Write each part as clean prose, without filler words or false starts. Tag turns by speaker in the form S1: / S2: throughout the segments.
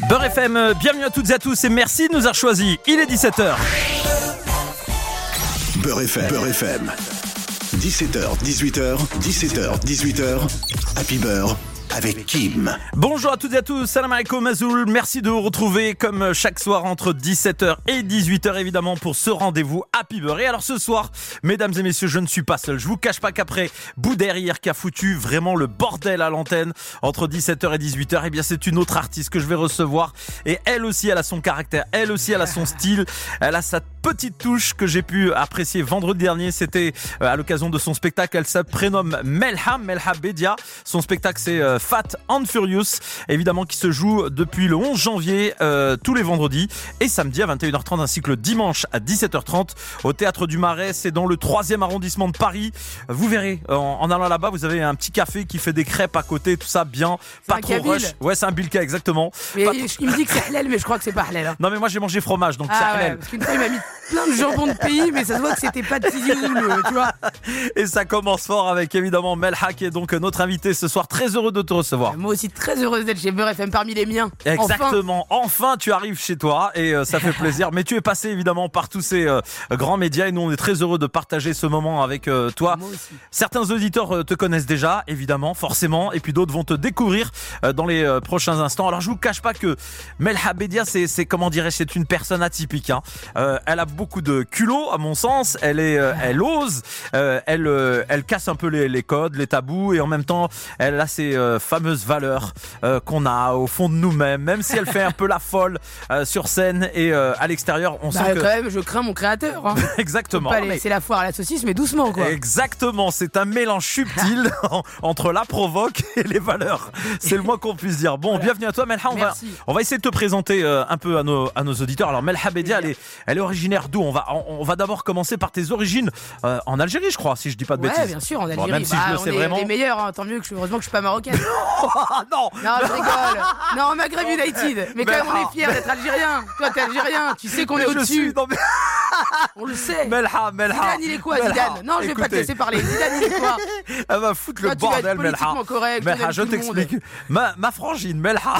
S1: Beurre FM, bienvenue à toutes et à tous et merci de nous avoir choisis. Il est 17h.
S2: Beurre FM. 17h, 18h, 17h, 18h. Happy Beurre avec Kim.
S1: Bonjour à toutes et à tous, salam alaikum Mazoul. Merci de vous retrouver comme chaque soir entre 17h et 18h évidemment pour ce rendez-vous Happy Beurre. Et alors ce soir, mesdames et messieurs, je ne suis pas seul. Je vous cache pas qu'après Boudère hier qui a foutu vraiment le bordel à l'antenne entre 17h et 18h, eh bien c'est une autre artiste que je vais recevoir. Et elle aussi, elle a son caractère, elle aussi, elle a son style, elle a sa petite touche que j'ai pu apprécier vendredi dernier. C'était à l'occasion de son spectacle. Elle se prénomme Melha Bedia. Son spectacle c'est Fat and Furious, évidemment qui se joue depuis le 11 janvier tous les vendredis et samedi à 21h30 ainsi que le dimanche à 17h30 au Théâtre du Marais. C'est dans le 3e arrondissement de Paris. Vous verrez, en allant là-bas, vous avez un petit café qui fait des crêpes à côté, tout ça bien,
S3: c'est
S1: pas trop rush. Ouais, c'est un bilka exactement.
S3: Mais il me dit que c'est halal, mais je crois que c'est pas halal. Hein.
S1: Non mais moi j'ai mangé fromage, donc c'est halal.
S3: Ouais, parce qu'une fois il m'a mis plein de jambon de pays, mais ça se voit que c'était pas de Tizi Ouzou, tu vois.
S1: Et ça commence fort avec évidemment Melha qui est donc notre invité ce soir. Très heureux de te recevoir.
S3: Moi aussi très heureuse d'être chez Beurre FM parmi les miens.
S1: Exactement. Enfin tu arrives chez toi et ça fait plaisir. Mais tu es passé évidemment par tous ces grands médias et nous on est très heureux de partager ce moment avec toi.
S3: Moi aussi.
S1: Certains auditeurs te connaissent déjà, évidemment, forcément, et puis d'autres vont te découvrir dans les prochains instants. Alors je vous cache pas que Melha Bedia c'est comment dirais-je, c'est une personne atypique. Hein. Elle a beaucoup de culot à mon sens. Elle ose, elle casse un peu les codes, les tabous et en même temps elle a ces fameuses valeurs qu'on a au fond de nous-mêmes, même si elle fait un peu la folle sur scène et à l'extérieur on sent que
S3: quand même je crains mon créateur. Hein.
S1: Exactement.
S3: C'est la foire à la saucisse mais doucement quoi.
S1: Exactement, c'est un mélange subtil entre la provoque et les valeurs. C'est le moins qu'on puisse dire. Bon, voilà. Bienvenue à toi Melha. On va essayer de te présenter un peu à nos auditeurs. Alors Melha Bedia, elle est originaire d'où? On va d'abord commencer par tes origines en Algérie, je crois, si je dis pas de bêtises.
S3: Ouais, bien sûr, en Algérie.
S1: Bon, même si je le sais vraiment.
S3: Les meilleurs, hein. Tant mieux heureusement que je suis pas marocaine.
S1: Non,
S3: je rigole. Non, Maghreb United. Mais quand même, on est fiers d'être algérien. Toi, t'es algérien. Tu sais qu'on est au-dessus. On le sait.
S1: Melha.
S3: Zidane, il est quoi, Zidane? Non, je vais pas te laisser parler. Zidane, il est quoi?
S1: Elle va foutre le bordel, Melha.
S3: Melha,
S1: je t'explique. Ma frangine, Melha.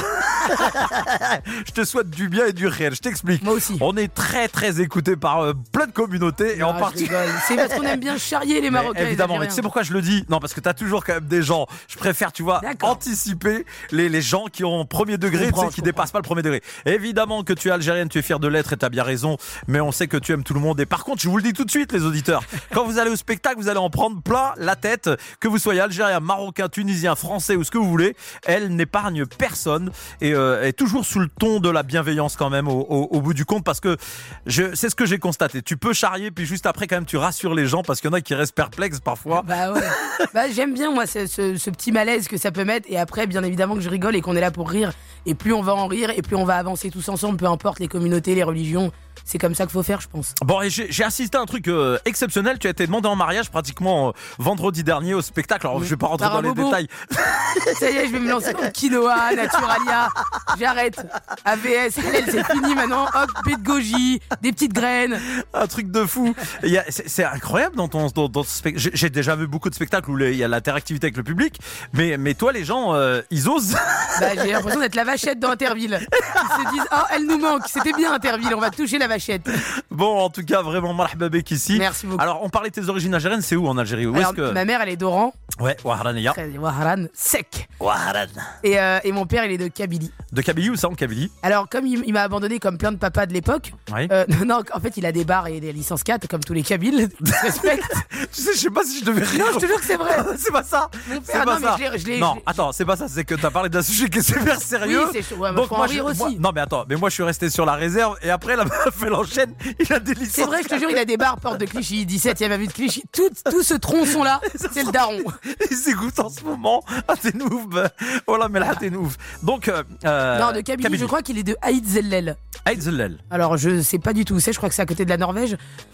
S1: Je te souhaite du bien et du réel. Je t'explique.
S3: Moi aussi.
S1: On est très très écoutés par plein de communautés et en particulier.
S3: C'est parce qu'on aime bien charrier les Marocains.
S1: Évidemment, mais tu sais pourquoi je le dis? Non, parce que t'as toujours quand même des gens. Je préfère, tu vois, anticiper les gens qui ont premier degré, tu sais, qui dépassent pas le premier degré. Évidemment que tu es algérienne, tu es fière de l'être et t'as bien raison, mais on sait que tu aimes tout le monde. Et par contre, je vous le dis tout de suite, les auditeurs, quand vous allez au spectacle, vous allez en prendre plein la tête, que vous soyez algérien, marocain, tunisien, français ou ce que vous voulez. Elle n'épargne personne et est toujours sous le ton de la bienveillance quand même au bout du compte, parce que c'est ce que j'ai constaté. Tu peux charrier, puis juste après quand même tu rassures les gens, parce qu'il y en a qui restent perplexes parfois.
S3: Bah ouais. J'aime bien moi ce petit malaise que ça peut mettre, et après bien évidemment que je rigole et qu'on est là pour rire, et plus on va en rire et plus on va avancer tous ensemble, peu importe les communautés, les religions. C'est comme ça qu'il faut faire, je pense.
S1: Bon, et j'ai assisté à un truc exceptionnel. Tu as été demandé en mariage pratiquement vendredi dernier au spectacle. Alors, je vais pas rentrer dans les détails.
S3: Ça y est, je vais me lancer dans quinoa, Naturalia. J'arrête. AVS, c'est fini maintenant. Hop, baie de goji, des petites graines.
S1: Un truc de fou. C'est incroyable dans ce spectacle. J'ai déjà vu beaucoup de spectacles où il y a l'interactivité avec le public. Mais toi, les gens, ils osent.
S3: J'ai l'impression d'être la vachette dans Interville. Ils se disent, oh, elle nous manque. C'était bien Interville. On va toucher la vachette.
S1: Bon, en tout cas, vraiment marhaba bek ici.
S3: Merci beaucoup.
S1: Alors, on parlait de tes origines algériennes, c'est où en Algérie?
S3: Ma mère, elle est d'Oran.
S1: Ouais, Ouahrania.
S3: Ouahran, sec.
S1: Ouahran.
S3: Et mon père, il est de Kabylie.
S1: De Kabylie, où ça en Kabylie?
S3: Alors, comme il m'a abandonné comme plein de papas de l'époque, non, en fait, il a des bars et des licences 4, comme tous les Kabyles. Respecte.
S1: Tu sais, je sais pas si je devais rire.
S3: Non, je te jure que c'est vrai.
S1: C'est pas ça.
S3: C'est pas ça.
S1: Non, attends, c'est pas ça. C'est que t'as parlé d'un sujet qui est super sérieux.
S3: Oui, c'est chaud. Ouais, donc, faut en rire aussi.
S1: Non, mais attends, moi, je suis resté sur la réserve et après, la meuf, elle enchaîne. Il a des licences.
S3: C'est vrai, je te jure, il a des bars, porte de Clichy, 17e avenue de Clichy. Tout ce tronçon-là, c'est le daron.
S1: Il s'écoute en ce moment. Ah, t'es nouf. Voilà, mais là, t'es nouf. Donc,
S3: non, de Kabylie, je crois qu'il est de Aïd Zellel.
S1: Aïd Zellel.
S3: Alors, je sais pas du tout où c'est, je crois que c'est à côté de la Norvège.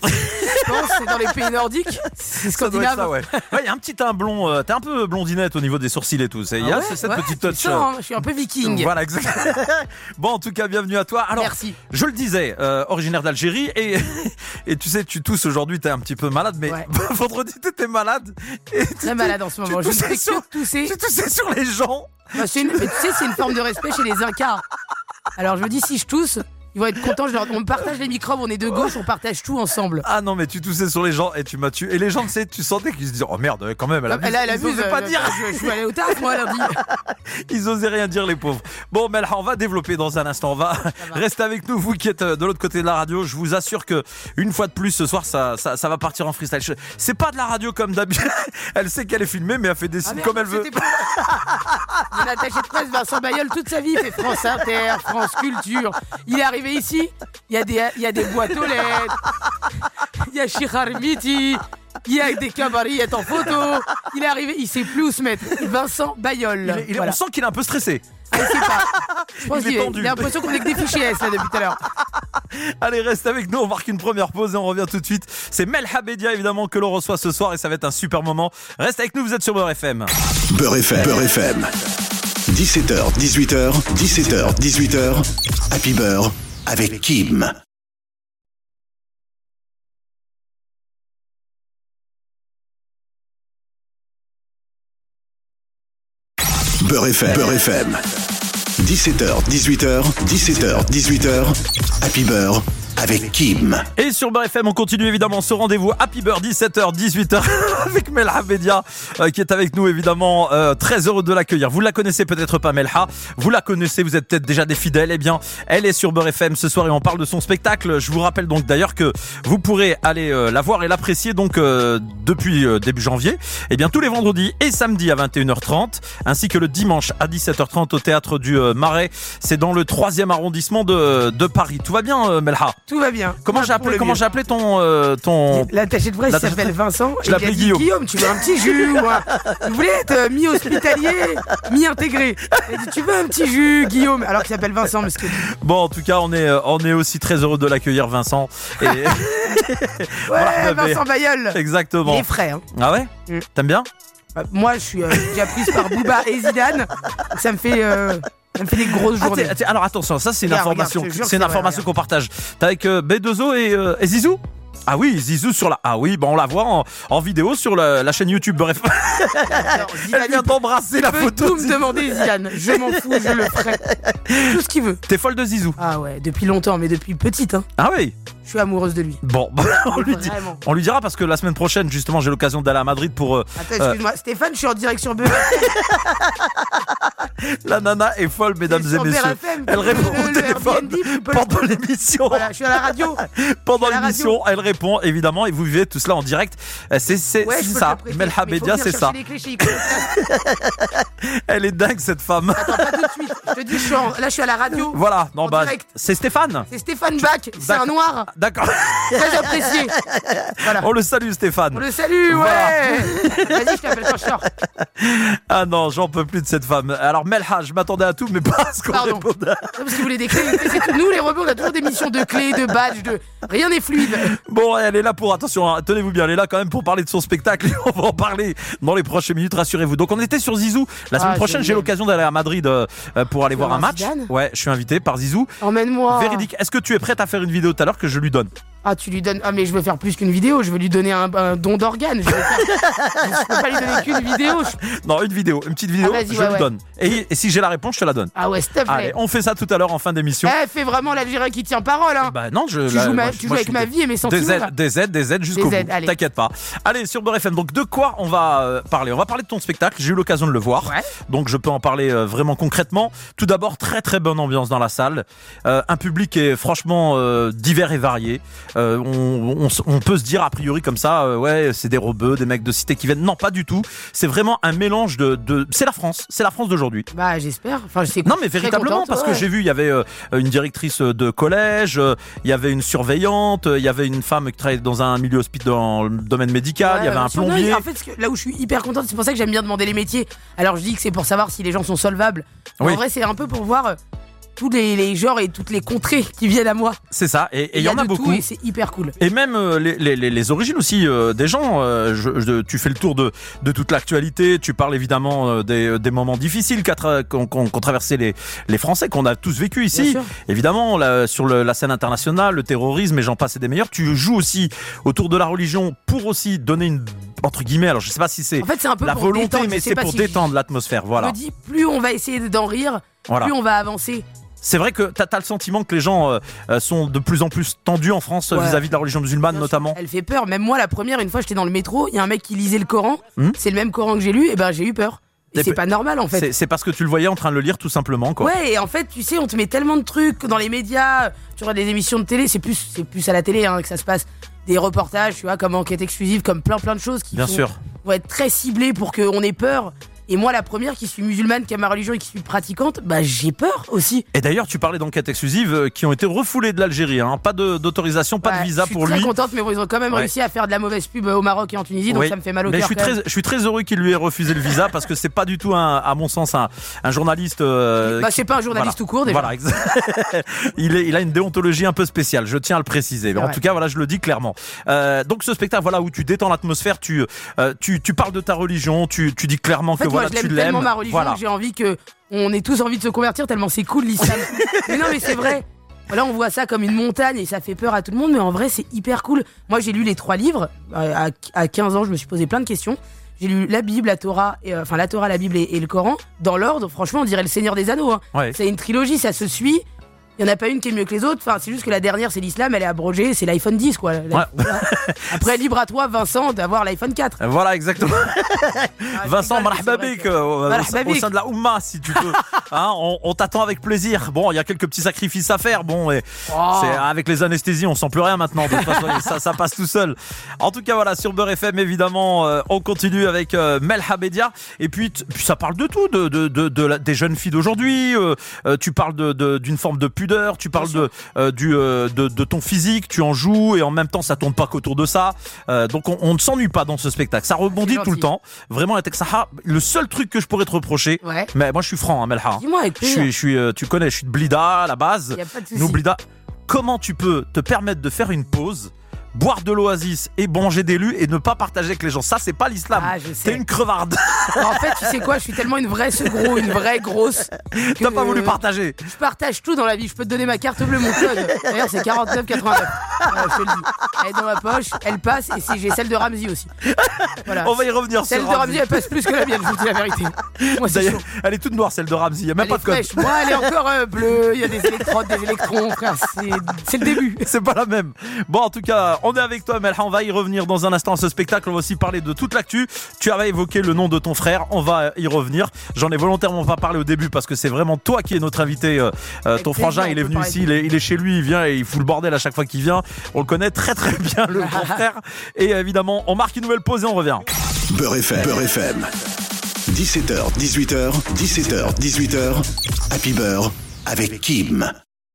S3: Je pense c'est dans les pays nordiques. C'est scandinave.
S1: Ça, ouais. Il y a un petit teint blond. T'es un peu blondinette au niveau des sourcils et tout. Il y a cette petite touch.
S3: Ça, hein, je suis un peu viking.
S1: Voilà, exactement. Bon, en tout cas, bienvenue à toi. Alors,
S3: merci.
S1: Je le disais, originaire d'Algérie et tu sais, tu tousses aujourd'hui, t'es un petit peu malade, mais vendredi, t'étais malade.
S3: Très malade en ce moment. Je ne fais que tousser.
S1: Tu toussais sur les gens.
S3: Mais tu sais, c'est une forme de respect chez les Incas. Alors je me dis, si je tousse, ils vont être contents. On partage les microbes, on est de gauche, on partage tout ensemble.
S1: Ah non, mais tu toussais sur les gens et tu m'as tué. Et les gens, tu sentais qu'ils se disaient, oh merde, quand même,
S3: Elle
S1: ils osaient pas dire.
S3: Je suis allé au taf, moi, lundi.
S1: Ils osaient rien dire, les pauvres. Bon, Melha, on va développer dans un instant. On va rester avec nous, vous qui êtes de l'autre côté de la radio. Je vous assure que une fois de plus ce soir, ça va partir en freestyle. C'est pas de la radio comme d'habitude. Elle sait qu'elle est filmée, mais elle fait des signes comme elle veut.
S3: Mon attaché de presse, Vincent Bayeul, toute sa vie, il fait France Inter, France Culture. Il est arrivé ici, il y a des boîtes aux lettres, il y a Chihar Miti, il y a des cabarillettes en photo. Il est arrivé, il sait plus où se mettre. Vincent Bayeul.
S1: On sent qu'il est un peu stressé.
S3: Je sais pas. Je pense qu'il a l'impression qu'on est que des fichiers S là depuis tout à l'heure.
S1: Allez, reste avec nous, on marque une première pause et on revient tout de suite. C'est Melha Bedia évidemment que l'on reçoit ce soir et ça va être un super moment. Reste avec nous, vous êtes sur Beurre FM.
S2: Beurre FM. 17h, 18h, 17h, 18h. Happy Beurre avec Kim. Beurre FM. 17h, 18h, 17h, 18h. Happy Beurre avec Kim.
S1: Et sur Beurre FM, on continue évidemment ce rendez-vous Happy Beurre 17h, 18h avec Melha Bedia qui est avec nous évidemment. Très heureux de l'accueillir. Vous la connaissez peut-être pas, Melha. Vous la connaissez, vous êtes peut-être déjà des fidèles. Eh bien, elle est sur Beurre FM ce soir et on parle de son spectacle. Je vous rappelle donc d'ailleurs que vous pourrez aller la voir et l'apprécier donc depuis début janvier. Eh bien, tous les vendredis et samedis à 21h30 ainsi que le dimanche à 17h30 au théâtre du Marais. C'est dans le 3e arrondissement de Paris. Tout va bien, Melha?
S3: Tout va bien.
S1: Comment j'ai appelé ton
S3: l'attaché de presse s'appelle Vincent.
S1: Je l'appelais Guillaume.
S3: Guillaume, tu veux un petit jus ou il voulait être mi-hospitalier, mi-intégré. Il a dit, tu veux un petit jus, Guillaume, alors qu'il s'appelle Vincent, monsieur.
S1: Bon, en tout cas, on est aussi très heureux de l'accueillir, Vincent. Et...
S3: ouais, voilà, Vincent Bayeul.
S1: Exactement.
S3: Il est frais. Hein.
S1: Ah ouais. T'aimes bien?
S3: Moi, je suis déjà prise par Booba et Zidane. Ça me fait des grosses journées.
S1: Alors attention, ça c'est une information, c'est une information qu'on partage. T'es avec B2O et Zizou? Ah oui, Zizou sur la... Ah oui, on la voit en vidéo sur la chaîne YouTube. Bref, elle vient d'embrasser la photo.
S3: Tout me demander Zidane, je m'en fous, je le ferai. Tout ce qu'il veut.
S1: T'es folle de Zizou?
S3: Ah ouais, depuis longtemps, mais depuis petite. Hein.
S1: Ah oui.
S3: Je suis amoureuse de lui.
S1: Bon, on lui dira parce que la semaine prochaine, justement, j'ai l'occasion d'aller à Madrid pour...
S3: Attends, excuse-moi, Stéphane, je suis en direction Beurre.
S1: La nana est folle, mesdames et messieurs. Elle répond au téléphone pendant l'émission.
S3: Voilà, je suis à la radio.
S1: Pendant l'émission, elle répond, évidemment, et vous vivez tout cela en direct. C'est ça, Melha Bedia, c'est ça. Elle est dingue, cette femme.
S3: Attends, pas tout de suite. Je te dis, là, je suis à la radio.
S1: Voilà, non, bah, c'est Stéphane.
S3: C'est Stéphane Bach, c'est un noir.
S1: D'accord.
S3: Très apprécié. Voilà.
S1: On le salue, Stéphane.
S3: On le salue, ouais. Voilà. Vas-y, je t'appelle quand je sors.
S1: Ah non, j'en peux plus de cette femme. Alors, Melha, je m'attendais à tout, mais pas à ce qu'on réponde.
S3: Non, parce qu'il voulait des clés. Nous, les rebeux, on a toujours des missions de clés, de badges, rien n'est fluide.
S1: Bon, elle est là pour, attention, hein, tenez-vous bien, elle est là quand même pour parler de son spectacle. On va en parler dans les prochaines minutes, rassurez-vous. Donc, on était sur Zizou. La semaine prochaine, j'ai l'occasion d'aller à Madrid pour aller voir un match. Zidane. Ouais, je suis invité par Zizou.
S3: Emmène-moi.
S1: Véridique. Est-ce que tu es prête à faire une vidéo tout à l'heure que je lui donne?
S3: Ah, tu lui donnes. Ah, mais je veux faire plus qu'une vidéo, je veux lui donner un don d'organes. Je peux pas lui donner qu'une vidéo.
S1: Non, une vidéo, une petite vidéo, je lui donne. Et si j'ai la réponse, je te la donne.
S3: Ah ouais, s'il te plaît.
S1: Allez, on fait ça tout à l'heure en fin d'émission.
S3: Fais vraiment l'Algérien qui tient parole, hein.
S1: Bah non,
S3: tu joues avec ma vie et mes sentiments.
S1: Des Z jusqu'au bout. T'inquiète pas. Allez, sur Beurre FM. Donc, de quoi on va parler? On va parler de ton spectacle. J'ai eu l'occasion de le voir. Ouais. Donc, je peux en parler vraiment concrètement. Tout d'abord, très très bonne ambiance dans la salle. Un public est franchement divers et varié. On peut se dire a priori comme ça, ouais, c'est des rebeux, des mecs de cité qui viennent. Non, pas du tout. C'est vraiment un mélange de... C'est la France d'aujourd'hui.
S3: Bah, j'espère. Enfin, je sais.
S1: Non, mais véritablement, parce que j'ai vu, il y avait une directrice de collège, il y avait une surveillante, il y avait une femme qui travaillait dans un milieu hospitalier dans le domaine médical, il y avait un plombier.
S3: En fait, là où je suis hyper contente, c'est pour ça que j'aime bien demander les métiers. Alors, je dis que c'est pour savoir si les gens sont solvables. Oui. En vrai, c'est un peu pour voir tous les genres et toutes les contrées qui viennent à moi.
S1: C'est ça, et il y en a beaucoup.
S3: Et c'est hyper cool.
S1: Et même les origines aussi des gens. Tu fais le tour de toute l'actualité. Tu parles évidemment des moments difficiles qu'ont traversé les Français, qu'on a tous vécu ici. Évidemment, sur la scène internationale, le terrorisme et j'en passe et des meilleurs. Tu joues aussi autour de la religion pour aussi donner une, entre guillemets, alors je sais pas si c'est,
S3: un peu
S1: la volonté, mais c'est pour détendre l'atmosphère. Voilà.
S3: Je me dis, plus on va essayer d'en rire, plus on va avancer.
S1: C'est vrai que t'as le sentiment que les gens sont de plus en plus tendus en France vis-à-vis de la religion musulmane notamment.
S3: Elle fait peur. Même moi, la première, une fois, j'étais dans le métro, il y a un mec qui lisait le Coran. C'est le même Coran que j'ai lu, et ben j'ai eu peur. Et c'est pas normal en fait.
S1: C'est parce que tu le voyais en train de le lire tout simplement quoi.
S3: Ouais, et en fait, tu sais, on te met tellement de trucs dans les médias, tu regardes des émissions de télé, c'est plus à la télé que ça se passe. Des reportages, tu vois, comme Enquête exclusive, comme plein de choses qui vont être très ciblées pour qu'on ait peur. Et moi, la première qui suis musulmane, qui a ma religion et qui suis pratiquante, bah j'ai peur aussi.
S1: Et d'ailleurs, tu parlais d'enquêtes exclusives qui ont été refoulées de l'Algérie, hein. Pas d'autorisation, pas de visa pour lui.
S3: Je suis très contente, mais bon, ils ont quand même réussi à faire de la mauvaise pub au Maroc et en Tunisie, donc ça me fait mal au cœur.
S1: Je suis très heureux qu'il lui ait refusé le visa parce que c'est pas du tout, à mon sens, un journaliste.
S3: C'est pas un journaliste tout court déjà.
S1: Voilà, il a une déontologie un peu spéciale, je tiens à le préciser. Mais en tout cas, voilà, je le dis clairement. Donc ce spectacle, voilà, où tu détends l'atmosphère, tu parles de ta religion, tu dis clairement que voilà, tu l'aimes.
S3: Religion, j'ai envie on ait tous envie de se convertir tellement c'est cool l'islam. Mais non mais c'est vrai. Là on voit ça comme une montagne et ça fait peur à tout le monde, mais en vrai c'est hyper cool. Moi j'ai lu les 3 livres, à 15 ans je me suis posé plein de questions. J'ai lu la Bible, la Torah, la Torah, la Bible et le Coran, dans l'ordre, franchement on dirait le Seigneur des Anneaux. C'est une trilogie, ça se suit. Il n'y en a pas une qui est mieux que les autres. Enfin, c'est juste que la dernière, c'est l'islam, elle est abrogée, c'est l'iPhone 10, quoi. Après, libre à toi, Vincent, d'avoir l'iPhone 4.
S1: Voilà, exactement. Vincent, marhababik, au sein de la Oumma, si tu peux. Hein, on t'attend avec plaisir. Bon, il y a quelques petits sacrifices à faire. Bon, c'est avec les anesthésies, on sent plus rien maintenant. De toute façon, ça passe tout seul. En tout cas, voilà, sur Beurre FM, évidemment, on continue avec Melha Bedia. Et puis ça parle de tout, des jeunes filles d'aujourd'hui. Tu parles d'une forme de pudeur, tu parles de ton physique, tu en joues et en même temps ça tourne pas qu'autour de ça. Donc on ne s'ennuie pas dans ce spectacle. Ça rebondit tout le temps. Vraiment, la Texaha, le seul truc que je pourrais te reprocher, mais moi je suis franc, Melha.
S3: Dis-moi avec plaisir.
S1: Tu connais, je suis de Blida à la base. Nous Blida, comment tu peux te permettre de faire une pause, boire de l'oasis et manger des lus et ne pas partager avec les gens? Ça, c'est pas l'islam. T'es une crevarde.
S3: En fait, tu sais quoi, je suis tellement une vraie segro, une vraie grosse.
S1: T'as pas voulu partager.
S3: Je partage tout dans la vie. Je peux te donner ma carte bleue, mon code. D'ailleurs, c'est 49,89. Je te le dis. Elle est dans ma poche, elle passe et j'ai celle de Ramzi aussi. Voilà.
S1: On va y revenir.
S3: Celle de Ramzi, elle passe plus que la mienne, je vous dis la vérité. Moi, c'est chaud.
S1: Elle est toute noire, celle de Ramzi. Il y a même pas de code.
S3: Fraîche. Moi, elle est encore bleue. Il y a des électrodes, des électrons, frère. C'est le début.
S1: C'est pas la même. Bon, en tout cas, on est avec toi, Melha. On va y revenir dans un instant à ce spectacle. On va aussi parler de toute l'actu. Tu avais évoqué le nom de ton frère. On va y revenir. J'en ai volontairement pas parlé au début parce que c'est vraiment toi qui es notre invité. Ton frangin, il est venu ici. Il est chez lui. Il vient et il fout le bordel à chaque fois qu'il vient. On le connaît très très bien, le grand frère. Et évidemment, on marque une nouvelle pause et on revient.
S2: Beurre FM. 17h, 18h, 17h, 18h. Happy Beurre avec Kim.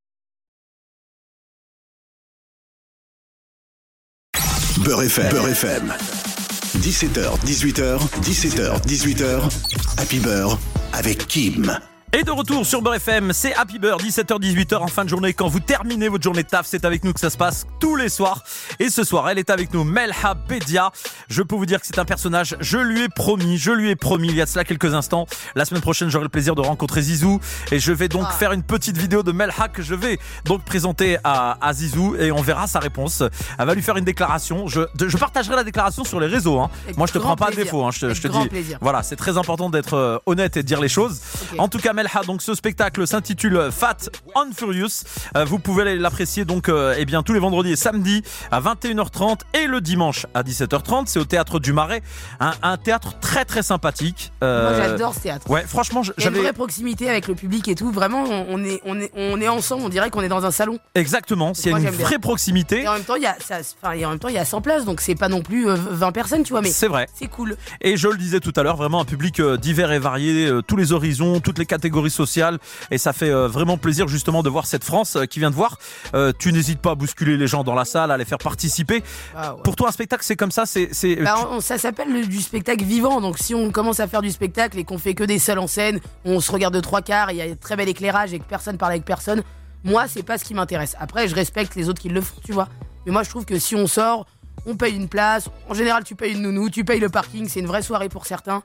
S2: Beurre FM. 17h, 18h, 17h, 18h. Happy Beurre avec Kim.
S1: Et de retour sur Beurre FM, c'est Happy Beurre, 17h-18h en fin de journée. Quand vous terminez votre journée de taf, c'est avec nous que ça se passe tous les soirs. Et ce soir, elle est avec nous, Melha Bedia. Je peux vous dire que c'est un personnage, je lui ai promis il y a de cela quelques instants. La semaine prochaine, j'aurai le plaisir de rencontrer Zizou. Et je vais donc faire une petite vidéo de Melha que je vais donc présenter à Zizou. Et on verra sa réponse. Elle va lui faire une déclaration. Je partagerai la déclaration sur les réseaux. Hein. Moi, je te prends pas à défaut. Hein. Je te dis, voilà, c'est très important d'être honnête et de dire les choses. Okay. En tout cas, Melha, donc ce spectacle s'intitule Fat and Furious. Vous pouvez l'apprécier donc tous les vendredis et samedis à 21h30 et le dimanche à 17h30. C'est au théâtre du Marais, un théâtre très très sympathique.
S3: Moi j'adore ce théâtre.
S1: Ouais, franchement,
S3: il y a une vraie proximité avec le public et tout. Vraiment, on est ensemble. On dirait qu'on est dans un salon.
S1: Exactement. Il y a une vraie proximité.
S3: Et en même temps, il y a 100 places, donc c'est pas non plus 20 personnes, tu vois. Mais
S1: c'est vrai.
S3: C'est cool.
S1: Et je le disais tout à l'heure, vraiment un public divers et varié, tous les horizons, toutes les catégories sociales, et ça fait vraiment plaisir justement de voir cette France qui vient de voir. Tu n'hésites pas à bousculer les gens dans la salle, à les faire participer. Pour toi, un spectacle, c'est comme ça,
S3: ça s'appelle du spectacle vivant. Donc si on commence à faire du spectacle et qu'on fait que des salles en scène, on se regarde de 3/4, il y a très bel éclairage et que personne parle avec personne, moi c'est pas ce qui m'intéresse. Après je respecte les autres qui le font, tu vois, mais moi je trouve que si on sort, on paye une place, en général tu payes une nounou, tu payes le parking, c'est une vraie soirée pour certains.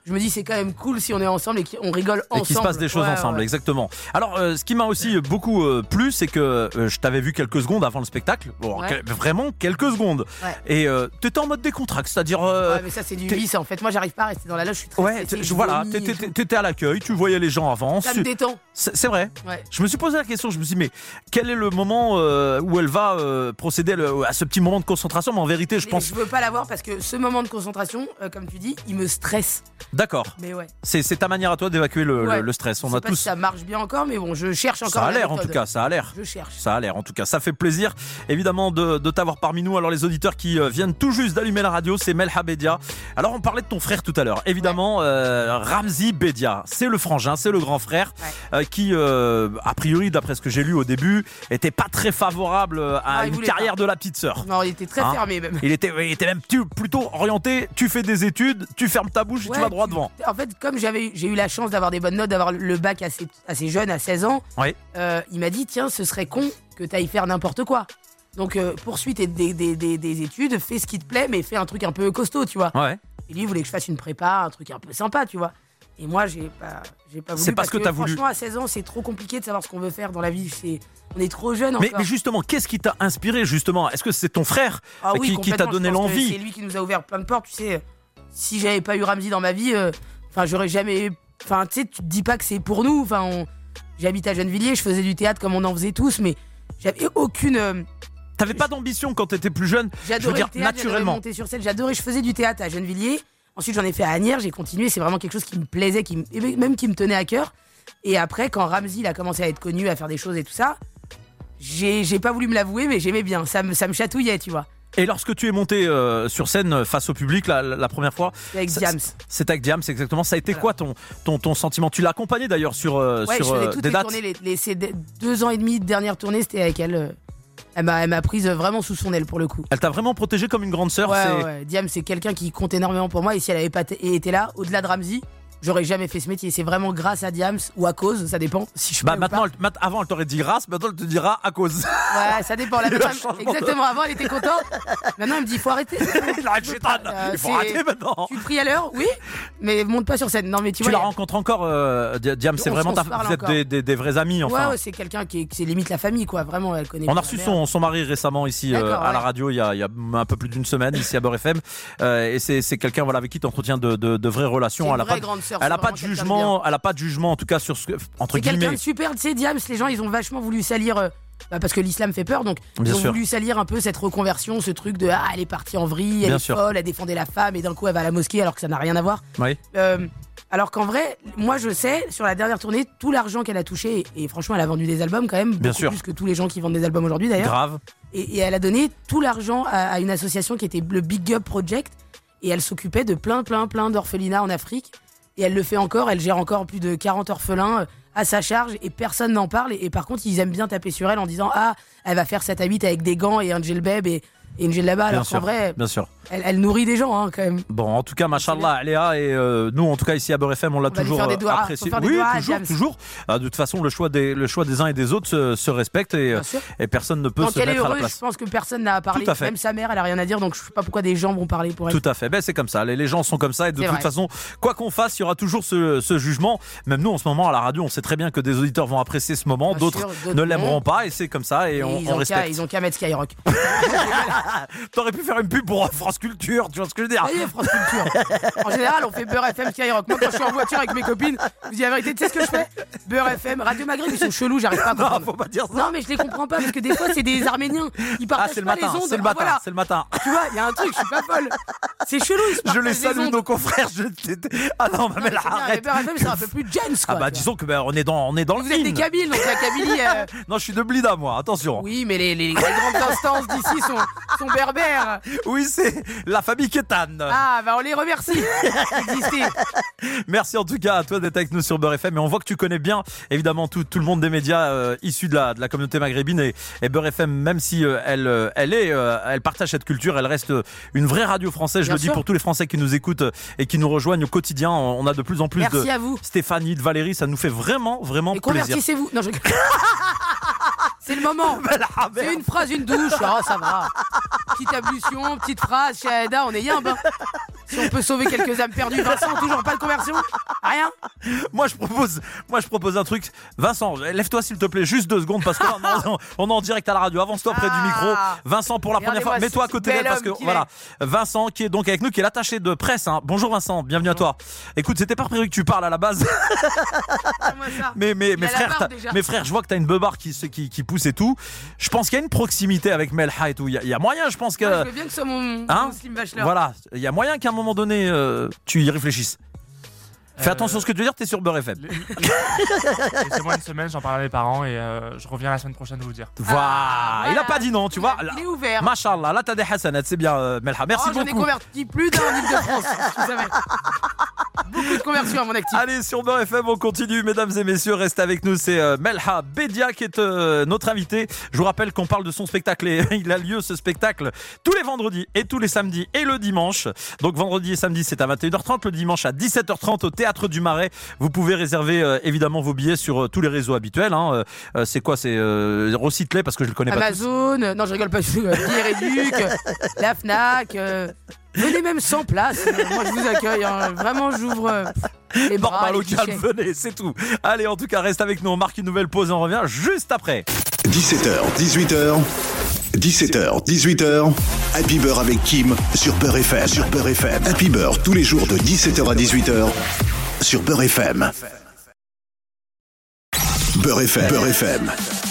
S3: je me dis c'est quand même cool si on est ensemble et qu'on rigole ensemble.
S1: Et qu'il se passe des choses ensemble, exactement. Alors, ce qui m'a aussi beaucoup plu, c'est que je t'avais vu quelques secondes avant le spectacle. Bon, vraiment quelques secondes. Ouais. Et t'étais en mode décontracté, c'est-à-dire.
S3: Ouais, mais ça, c'est du vice en fait. Moi, j'arrive pas à rester dans la loge, je suis très stressée.
S1: Voilà, t'étais à l'accueil, tu voyais les gens avant.
S3: Ça me détend.
S1: C'est vrai.
S3: Ouais.
S1: Je me suis posé la question, je me suis dit, mais quel est le moment où elle va procéder à ce petit moment de concentration? Mais en vérité, je pense.
S3: Je veux pas l'avoir parce que ce moment de concentration, comme tu dis, il me stresse.
S1: D'accord.
S3: Mais ouais.
S1: C'est ta manière à toi d'évacuer le stress. On
S3: je sais
S1: a
S3: pas
S1: tous.
S3: si ça marche bien encore, mais bon, je cherche encore.
S1: Ça a l'air en tout cas, ça a l'air.
S3: Je cherche.
S1: Ça a l'air en tout cas. Ça fait plaisir, évidemment, de t'avoir parmi nous. Alors les auditeurs qui viennent tout juste d'allumer la radio, c'est Melha Bedia. Alors on parlait de ton frère tout à l'heure. Évidemment, Ramzy Bedia, c'est le frangin, c'est le grand frère qui, a priori, d'après ce que j'ai lu au début, était pas très favorable à une carrière de la petite sœur.
S3: Non, il était très fermé même.
S1: Il était même plutôt orienté. Tu fais des études, tu fermes ta bouche et tu vas droit devant.
S3: En fait, comme j'ai eu la chance d'avoir des bonnes notes, d'avoir le bac assez jeune, à 16 ans, il m'a dit tiens, ce serait con que t'ailles faire n'importe quoi. Donc poursuis des études, fais ce qui te plaît, mais fais un truc un peu costaud, tu vois.
S1: Ouais.
S3: Et lui, il voulait que je fasse une prépa, un truc un peu sympa, tu vois. Et moi, j'ai pas voulu.
S1: C'est parce que t'as voulu.
S3: Franchement, à 16 ans, c'est trop compliqué de savoir ce qu'on veut faire dans la vie. On est trop jeune encore.
S1: Mais justement, qu'est-ce qui t'a inspiré justement? Est-ce que c'est ton frère qui t'a donné l'envie?
S3: C'est lui qui nous a ouvert plein de portes. Tu sais, si j'avais pas eu Ramzy dans ma vie, j'aurais jamais. Enfin, tu sais, tu te dis pas que c'est pour nous. Enfin, j'habite à Gennevilliers, je faisais du théâtre comme on en faisait tous, mais j'avais aucune.
S1: T'avais pas d'ambition quand t'étais plus jeune?
S3: J'adorais le théâtre,
S1: naturellement.
S3: Monter sur scène, je faisais du théâtre à Gennevilliers. Ensuite, j'en ai fait à Asnières, j'ai continué. C'est vraiment quelque chose qui me plaisait, même qui me tenait à cœur. Et après, quand Ramzy il a commencé à être connu, à faire des choses et tout ça, j'ai pas voulu me l'avouer, mais j'aimais bien. Ça me chatouillait, tu vois.
S1: Et lorsque tu es monté sur scène face au public la première fois,
S3: c'était avec Diams.
S1: C'était avec Diams, exactement. Ça a été quoi ton sentiment? Tu l'as accompagné d'ailleurs sur des dates.
S3: Ces 2 ans et demi de dernière tournée, c'était avec elle. Elle m'a prise vraiment sous son aile pour le coup.
S1: Elle t'a vraiment protégée comme une grande sœur.
S3: Ouais. Diams, c'est quelqu'un qui compte énormément pour moi. Et si elle avait pas été là, au-delà de Ramzy, j'aurais jamais fait ce métier. C'est vraiment grâce à Diams ou à cause, ça dépend. Si je
S1: maintenant, avant elle t'aurait dit grâce, maintenant elle te dira à cause.
S3: Ouais, ça dépend. Exactement. Avant elle était contente. Maintenant elle me dit il faut arrêter.
S1: Il faut arrêter maintenant.
S3: Tu pries à l'heure, oui, mais monte pas sur scène. Non mais tu
S1: la rencontres encore, Diams. C'est vraiment vous êtes des vrais amis enfin.
S3: Ouais, c'est quelqu'un c'est limite la famille quoi. Vraiment, elle connaît.
S1: On a reçu son mari récemment ici à la radio il y a un peu plus d'une semaine ici à Beurre FM. Et c'est quelqu'un avec qui tu entretiens de vraies relations. Elle a pas de jugement, en tout cas sur ce entre guillemets.
S3: C'est quelqu'un de super, tu sais, Diams, les gens ils ont vachement voulu salir parce que l'islam fait peur, donc ils ont voulu salir un peu cette reconversion, ce truc de elle est partie en vrille, elle est folle, elle défendait la femme et d'un coup elle va à la mosquée alors que ça n'a rien à voir.
S1: Oui.
S3: Alors qu'en vrai, moi je sais, sur la dernière tournée, tout l'argent qu'elle a touché, et franchement elle a vendu des albums quand même, beaucoup plus que tous les gens qui vendent des albums aujourd'hui d'ailleurs.
S1: Grave.
S3: Et elle a donné tout l'argent à une association qui était le Big Up Project, et elle s'occupait de plein d'orphelinats en Afrique. Et elle le fait encore, elle gère encore plus de 40 orphelins à sa charge et personne n'en parle. Et par contre, ils aiment bien taper sur elle en disant elle va faire cette habite avec des gants et un djellbab et une djellaba. Alors qu'en vrai,
S1: bien sûr.
S3: Elle nourrit des gens quand même.
S1: Bon, en tout cas, machallah, Léa, et nous, en tout cas, ici à Beurre FM, on l'a toujours apprécié. Oui, toujours. De toute façon, le choix des uns et des autres se respecte et personne ne peut se mettre à la place.
S3: Je pense que personne n'a à parler. Même sa mère, elle a rien à dire, donc je sais pas pourquoi des gens vont parler pour elle.
S1: Tout à fait. C'est comme ça. Les gens sont comme ça et de toute façon, quoi qu'on fasse, il y aura toujours ce jugement. Même nous, en ce moment, à la radio, on sait très bien que des auditeurs vont apprécier ce moment, d'autres ne l'aimeront pas et c'est comme ça et on respecte.
S3: Ils ont qu'à mettre Skyrock.
S1: T'aurais pu faire une pub pour France Culture, tu vois ce que je veux dire?
S3: Oui, France Culture. En général, on fait Beurre FM, Skyrock. Moi, quand je suis en voiture avec mes copines, je dis la vérité, tu sais ce que je fais? Beurre FM, Radio Maghreb, ils sont chelous, j'arrive pas à comprendre.
S1: Non, faut pas dire ça.
S3: Non, mais je les comprends pas parce que des fois, c'est des Arméniens. Ils partagent pas les ondes.
S1: C'est le matin.
S3: Tu vois, il y a un truc, je suis pas folle. C'est chelou, ils se partagent.
S1: Je les salue, nos confrères. Ah non, mais là, arrête.
S3: Beurre FM, c'est un peu plus James, quoi.
S1: Disons que on est dans le
S3: Vous êtes des Kabyles, donc la Kabylie.
S1: Non, je suis de Blida, moi, attention.
S3: Oui, mais les grandes instances d'ici sont berbères.
S1: Oui, c'est la famille Kétane.
S3: Ah, on les remercie d'exister.
S1: Merci en tout cas à toi d'être avec nous sur Beurre FM. Et on voit que tu connais bien, évidemment, tout le monde des médias issus de la communauté maghrébine. Et Beurre FM, même si elle partage cette culture, elle reste une vraie radio française. Je le dis pour tous les Français qui nous écoutent et qui nous rejoignent au quotidien. On a de plus en plus
S3: Merci à vous.
S1: Stéphanie, de Valérie. Ça nous fait vraiment plaisir.
S3: Convertissez-vous. Non, c'est le moment. C'est une phrase, une douche. Oh, ça va. Petite ablution, petite phrase, shahada, on est yimbe. Si on peut sauver quelques âmes perdues, Vincent, toujours pas de conversion? Rien?
S1: Moi, je propose un truc. Vincent, lève-toi s'il te plaît, juste 2 secondes parce qu'on on est en direct à la radio. Avance-toi près du micro. Vincent, pour la première fois, mets-toi à côté d'elle parce que voilà. Vincent, qui est donc avec nous, qui est l'attaché de presse. Hein. Bonjour Vincent, bienvenue à toi. Écoute, c'était pas prévu que tu parles à la base. mais frère, je vois que t'as une beubare qui pousse et tout. Je pense qu'il y a une proximité avec Melha et tout. Il y a moyen, je pense que.
S3: Moi, je veux bien que ce soit mon Slim Bachelor.
S1: Voilà, il y a moyen qu'à un moment donné, tu y réfléchisses. Fais attention à ce que tu veux dire, t'es sur Beurre FM.
S4: Laissez-moi une semaine, j'en parle à mes parents et je reviens la semaine prochaine vous dire.
S1: Voilà. Il a pas dit non, tu vois.
S3: Il est ouvert.
S1: Machallah, là t'as des hasanats, c'est bien Melha. Merci beaucoup.
S3: J'en ai converti plus d'un en Ile-de-France, tu savais. Beaucoup de conversions à mon actif.
S1: Allez, sur Beurre FM, on continue, mesdames et messieurs, restez avec nous. C'est Melha Bedia qui est notre invité. Je vous rappelle qu'on parle de son spectacle et il a lieu ce spectacle tous les vendredis et tous les samedis et le dimanche. Donc vendredi et samedi c'est à 21h30, le dimanche à 17h30 au Théâtre du Marais. Vous pouvez réserver évidemment vos billets sur tous les réseaux habituels. Hein. C'est quoi? C'est Recitlé parce que je le connais
S3: Amazon,
S1: pas tous.
S3: Non je rigole pas, Billet Réduc, la Fnac. Venez même sans place. Moi je vous accueille. Hein. Vraiment j'ouvre les bras.
S1: Normal local, venez, c'est tout. Allez, en tout cas reste avec nous. On marque une nouvelle pause et on revient juste après.
S2: 17h, 18h. 17h, 18h. Happy Beurre avec Kim sur Beurre FM. Sur Beurre FM. Happy Beurre tous les jours de 17h à 18h sur Beurre FM. Beurre FM. Beurre FM.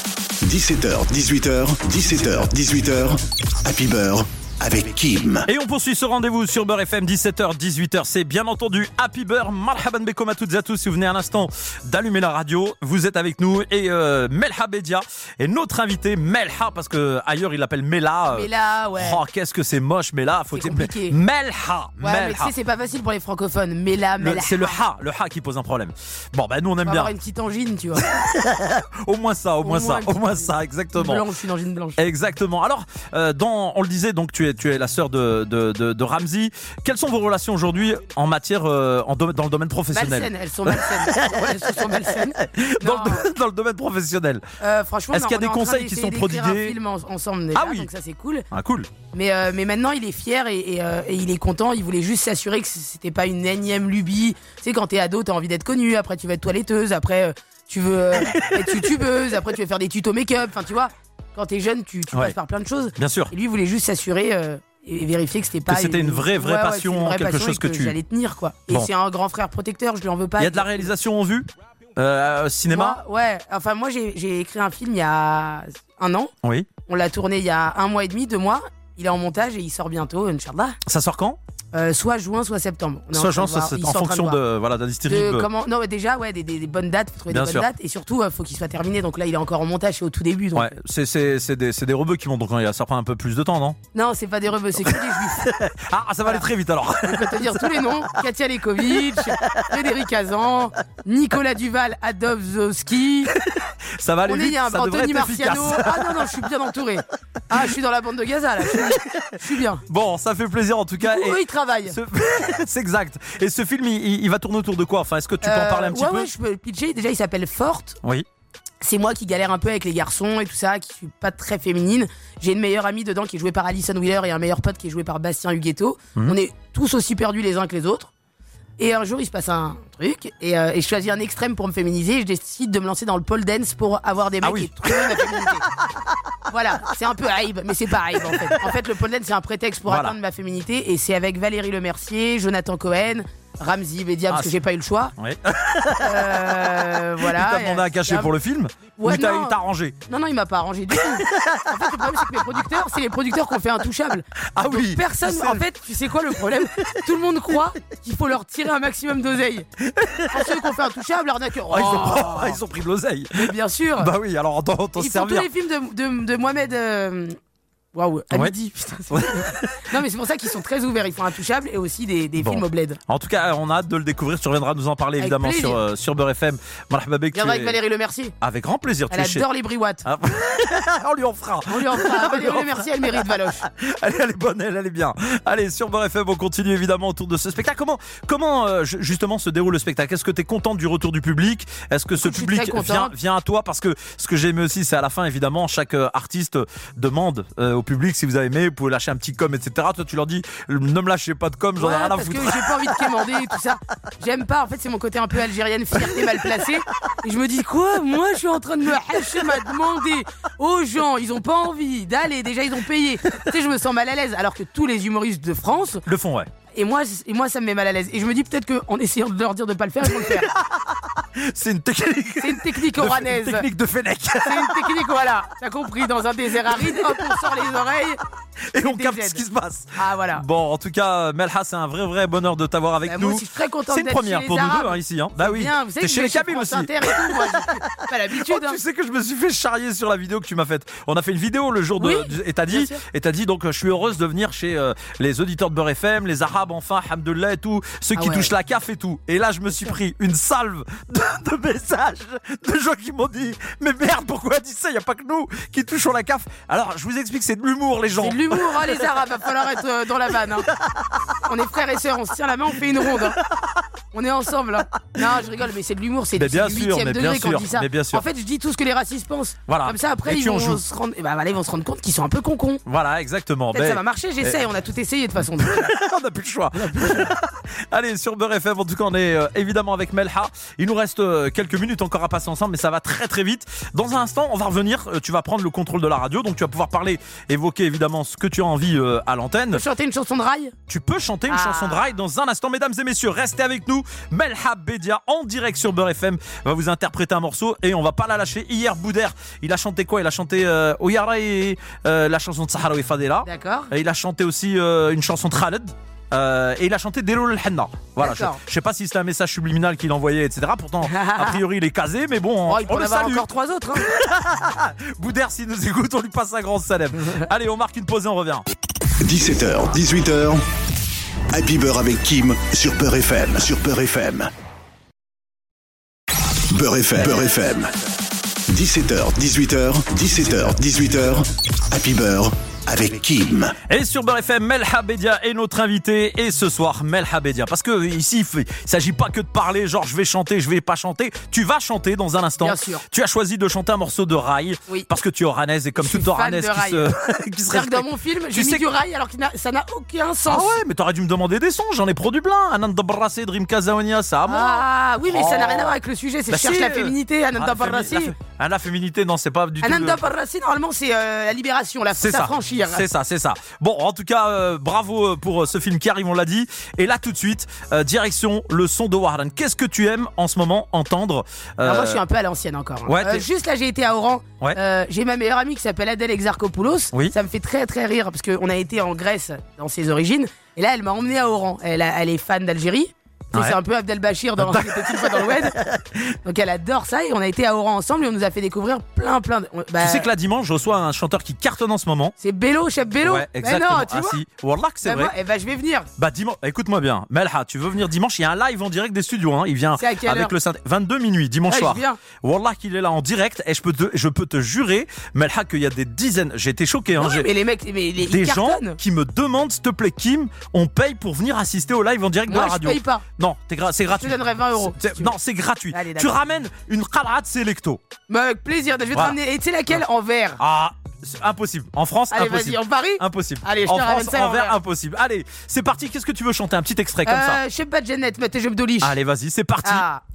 S2: 17h, 18h. 17h, 18h. Happy Beurre avec Kim.
S1: Et on poursuit ce rendez-vous sur Beurre FM, 17h, 18h. C'est bien entendu Happy Beurre. Marhaban bekoum à toutes et à tous. Si vous venez à l'instant d'allumer la radio, vous êtes avec nous. Et Melha Bedia est notre invité. Melha, parce que ailleurs il l'appelle Mela.
S3: Mela, ouais.
S1: Oh, qu'est-ce que c'est moche, Mela.
S3: C'est compliqué.
S1: Melha.
S3: Ouais, mais tu sais, c'est pas facile pour les francophones. Mela.
S1: C'est le ha qui pose un problème. Bon, ben nous on aime bien.
S3: Avoir une petite angine, tu vois.
S1: Au moins ça, exactement.
S3: Blanche, une angine blanche.
S1: Exactement. Alors, on le disait, donc tu es la sœur de Ramzy. Quelles sont vos relations aujourd'hui en matière dans le domaine professionnel?
S3: Malsaines, elles sont malsaines. Elles sont malsaines.
S1: Dans le domaine professionnel.
S3: Franchement,
S1: est-ce qu'il y a des conseils qui sont prodigués?
S3: On un film ensemble déjà,
S1: oui.
S3: donc ça c'est cool.
S1: Ah cool.
S3: Mais maintenant il est fier et il est content. Il voulait juste s'assurer que c'était pas une énième lubie. Tu sais, quand t'es ado, t'as envie d'être connu. Après tu veux être toiletteuse. Après tu veux être youtubeuse. Après tu veux faire des tutos make-up. Enfin tu vois. Quand t'es jeune, tu passes par plein de choses.
S1: Bien sûr.
S3: Et lui, il voulait juste s'assurer et vérifier que c'était pas.
S1: Que c'était une vraie passion, quelque chose que tu.
S3: J'allais tenir, quoi. Et c'est un grand frère protecteur, je lui en veux pas.
S1: Il y a de la réalisation en vue cinéma?
S3: Moi, j'ai écrit un film il y a 1 an.
S1: Oui.
S3: On l'a tourné il y a 1 mois et demi, 2 mois. Il est en montage et il sort bientôt, Inch'Allah.
S1: Ça sort quand?
S3: Soit juin, soit septembre.
S1: Soit juin, soit septembre. En fonction d'un district.
S3: Non, déjà, des bonnes dates. Faut trouver des bonnes dates. Et surtout, faut qu'il soit terminé. Donc là, il est encore en montage, c'est au tout début. Donc.
S1: Ouais, c'est des rebeux qui montent. Donc ça prend un peu plus de temps, non?
S3: Non, c'est pas des rebeux, c'est que des juifs.
S1: Ça va aller très vite alors.
S3: Je peux te dire tous les noms. Katia Lekovic, Frédéric Hazan, Nicolas Duval, Adovzowski.
S1: Ça va aller vite.
S3: Il y a un Anthony Marciano. Non, je suis bien entouré. Je suis dans la bande de Gaza là. Je suis bien.
S1: Bon, ça fait plaisir en tout cas.
S3: Eux, ils travaillent.
S1: C'est exact. Et ce film, il va tourner autour de quoi? Enfin, est-ce que tu peux en parler un petit peu?
S3: Ouais, je peux pitcher. Déjà, il s'appelle Forte.
S1: Oui.
S3: C'est moi qui galère un peu avec les garçons et tout ça, qui suis pas très féminine. J'ai une meilleure amie dedans qui est jouée par Alison Wheeler et un meilleur pote qui est joué par Bastien Huguetto. On est tous aussi perdus les uns que les autres. Et un jour, il se passe un truc et je choisis un extrême pour me féminiser et je décide de me lancer dans le pole dance pour avoir des mecs qui trouvent ma féminité. Voilà, c'est un peu hype, mais c'est pas hype en fait. En fait, le pole dance, c'est un prétexte pour atteindre ma féminité et c'est avec Valérie Lemercier, Jonathan Cohen, Ramzy Bedia, parce que j'ai pas eu le choix.
S1: Oui.
S3: Voilà.
S1: Il t'a demandé à cacher pour le film? Ou il t'a arrangé?
S3: Non, il m'a pas arrangé du tout. En fait, le problème, c'est que c'est les producteurs qui ont fait Intouchable. Donc,
S1: oui.
S3: Personne, en fait, tu sais quoi le problème? Tout le monde croit qu'il faut leur tirer un maximum d'oseille. Ceux qui ont fait Intouchable, l'arnaqueur.
S1: Ils ont pris de l'oseille.
S3: Mais bien sûr.
S1: Bah oui, alors on
S3: ils font tous les films de Mohamed. Waouh, à midi. Putain, non, mais c'est pour ça qu'ils sont très ouverts. Ils font Intouchables et aussi des films au bled.
S1: En tout cas, on a hâte de le découvrir. Tu reviendras nous en parler
S3: avec
S1: évidemment
S3: plaisir.
S1: sur Beurre FM.
S3: Viendra avec Valérie Lemercier.
S1: Avec grand plaisir.
S3: Elle adore les briouattes.
S1: On lui en fera.
S3: Valérie Lemercier, elle mérite Valoche.
S1: Elle est bonne, elle est bien. Allez, sur Beurre FM, on continue évidemment autour de ce spectacle. Comment justement se déroule le spectacle? Est-ce que tu es contente du retour du public? Est-ce que ce public vient à toi? Parce que ce que j'ai aimé aussi, c'est à la fin, évidemment, chaque artiste demande au public. Si vous avez aimé, vous pouvez lâcher un petit com, etc. Toi, tu leur dis, ne me lâchez pas de com, j'en ai rien à foutre.
S3: Parce que j'ai pas envie de quémander et tout ça. J'aime pas, en fait, c'est mon côté un peu algérienne, fierté mal placée. Et je me dis, quoi? Moi, je suis en train de me hacher, à demander aux gens, ils ont pas envie d'aller, déjà, ils ont payé. Tu sais, je me sens mal à l'aise, alors que tous les humoristes de France
S1: le font, ouais.
S3: Et moi, ça me met mal à l'aise. Et je me dis peut-être qu'en essayant de leur dire de pas le faire, ils vont le faire.
S1: C'est une technique.
S3: C'est une technique oranaise.
S1: Une technique de Fennec.
S3: C'est une technique, voilà. T'as compris, dans un désert aride, hop, on sort les oreilles.
S1: Et on capte ce qui se passe.
S3: Ah, voilà.
S1: Bon, en tout cas, Melha, c'est un vrai bonheur de t'avoir avec nous.
S3: Moi aussi, je suis très contente.
S1: C'est une première pour nous deux, ici. Hein. Bah oui.
S3: Bien, vous savez,
S1: t'es chez les Kabyles aussi.
S3: Inter et tout, moi, j'ai pas l'habitude.
S1: Tu sais que je me suis fait charrier sur la vidéo que tu m'as faite. On a fait une vidéo le jour de. Et t'as dit, donc, je suis heureuse de venir chez les auditeurs de Beurre FM, les Arabes, enfin, Hamdullah et tout, ceux qui touchent la CAF et tout. Et là, je me suis pris une salve de messages de gens qui m'ont dit, mais merde, pourquoi elle dit ça? Il n'y a pas que nous qui touchons la CAF. Alors, je vous explique, c'est de l'humour, les gens.
S3: C'est de l'humour, hein, les Arabes. Va falloir être dans la vanne. Hein. On est frères et sœurs, on se tient la main, on fait une ronde. Hein. On est ensemble. Hein. Non, je rigole, mais c'est de l'humour, c'est du 8e degré quand on dit ça. En fait, je dis tout ce que les racistes pensent.
S1: Voilà.
S3: Comme ça, après, ils vont se rendre compte qu'ils sont un peu concons.
S1: Voilà, exactement.
S3: Ça va marcher, j'essaye. On a tout essayé de toute façon.
S1: On n'a plus le choix. Allez, sur Beurre FM, en tout cas, on est évidemment avec Melha. Il nous reste quelques minutes encore à passer ensemble, mais ça va très vite. Dans un instant, on va revenir. Tu vas prendre le contrôle de la radio, donc tu vas pouvoir parler, évoquer évidemment ce que tu as envie à l'antenne.
S3: Tu peux chanter une chanson de rail?
S1: Tu peux chanter une chanson de rail dans un instant, mesdames et messieurs. Restez avec nous. Melha Bedia en direct sur Beurre FM va vous interpréter un morceau et on va pas la lâcher. Hier, Bouder, il a chanté quoi? Il a chanté Oyara et la chanson de Sahara et Fadela.
S3: D'accord.
S1: Et il a chanté aussi une chanson de Khaled. Et il a chanté Delol al-Henna. Voilà, je sais pas si c'était un message subliminal qu'il envoyait, etc. Pourtant, a priori, il est casé, mais bon,
S3: il peut
S1: on le
S3: avoir
S1: salue.
S3: encore 3 autres. Hein.
S1: Bouder, s'il nous écoute, on lui passe un grand salam. Allez, on marque une pause et on revient.
S2: 17h, 18h. Happy Beurre avec Kim sur Beurre FM. Sur Beurre FM. Beurre FM. Beurre FM. 17h, 18h. 17h, 18h. Happy Beurre avec Kim.
S1: Et sur Beurre FM, Melha Bedia est notre invité. Et ce soir, Melha Bedia. Parce que ici, il s'agit pas que de parler, genre je vais chanter, je vais pas chanter. Tu vas chanter dans un instant.
S3: Bien sûr.
S1: Tu as choisi de chanter un morceau de rail.
S3: Oui.
S1: Parce que tu es oranaise et comme toute oranaise qui se
S3: respecte. Dans mon film, j'ai mis du rail alors que ça n'a aucun sens.
S1: Ah ouais, mais t'aurais dû me demander des sons. J'en ai produit plein. Ananda Barrassi, Dream Kazaonia, ça à moi.
S3: Ah oui, mais ça n'a rien à voir avec le sujet. C'est je cherche la féminité. Ananda Barrassi.
S1: La féminité, non, c'est pas du tout.
S3: Ananda Barrassi, normalement, c'est la libération, la s'affranchir.
S1: C'est ça. Bon, en tout cas, bravo pour ce film qui arrive, on l'a dit. Et là, tout de suite, direction le son de Warren. Qu'est-ce que tu aimes en ce moment entendre
S3: Moi, je suis un peu à l'ancienne encore. Hein.
S1: Ouais,
S3: juste là, j'ai été à Oran.
S1: Ouais.
S3: J'ai ma meilleure amie qui s'appelle Adèle Exarchopoulos.
S1: Oui.
S3: Ça me fait très rire parce qu'on a été en Grèce dans ses origines. Et là, elle m'a emmené à Oran. Elle est fan d'Algérie. Ouais. C'est un peu Abdelbachir dans une petite fois dans le web. Donc elle adore ça et on a été à Oran ensemble et on nous a fait découvrir plein de...
S1: Tu sais que là dimanche je reçois un chanteur qui cartonne en ce moment.
S3: C'est Bello, chef Bello.
S1: Ouais, exactement.
S3: Mais non, tu vois.
S1: Si. Wallah que c'est vrai.
S3: Eh ben je vais venir.
S1: Bah dimanche, écoute-moi bien. Melha, tu veux venir dimanche? Il y a un live en direct des studios. Hein. Il vient avec le 22 minuit dimanche soir. Wallah qu'il est là en direct et je peux te jurer, Melha, qu'il y a des dizaines. J'ai été choqué. Hein.
S3: Oui, mais les mecs,
S1: des gens qui me demandent, s'il te plaît, Kim, on paye pour venir assister au live en direct de la radio.
S3: Je paye pas.
S1: Non, c'est gratuit.
S3: Je te donnerai 20 euros.
S1: Non, c'est gratuit.
S3: Allez,
S1: tu ramènes une qal'at sélecto.
S3: Bah, avec plaisir. Je vais te ramener. Et tu sais laquelle? En verre.
S1: Ah, c'est impossible. En France,
S3: allez,
S1: impossible.
S3: Vas-y, en Paris.
S1: Impossible.
S3: Allez, je
S1: en
S3: te
S1: France,
S3: ramène ça
S1: en verre, impossible. Allez, c'est parti. Qu'est-ce que tu veux chanter? Un petit extrait comme ça.
S3: Je sais pas, Janet, mais t'es jeux d'olish.
S1: Allez, vas-y, c'est parti.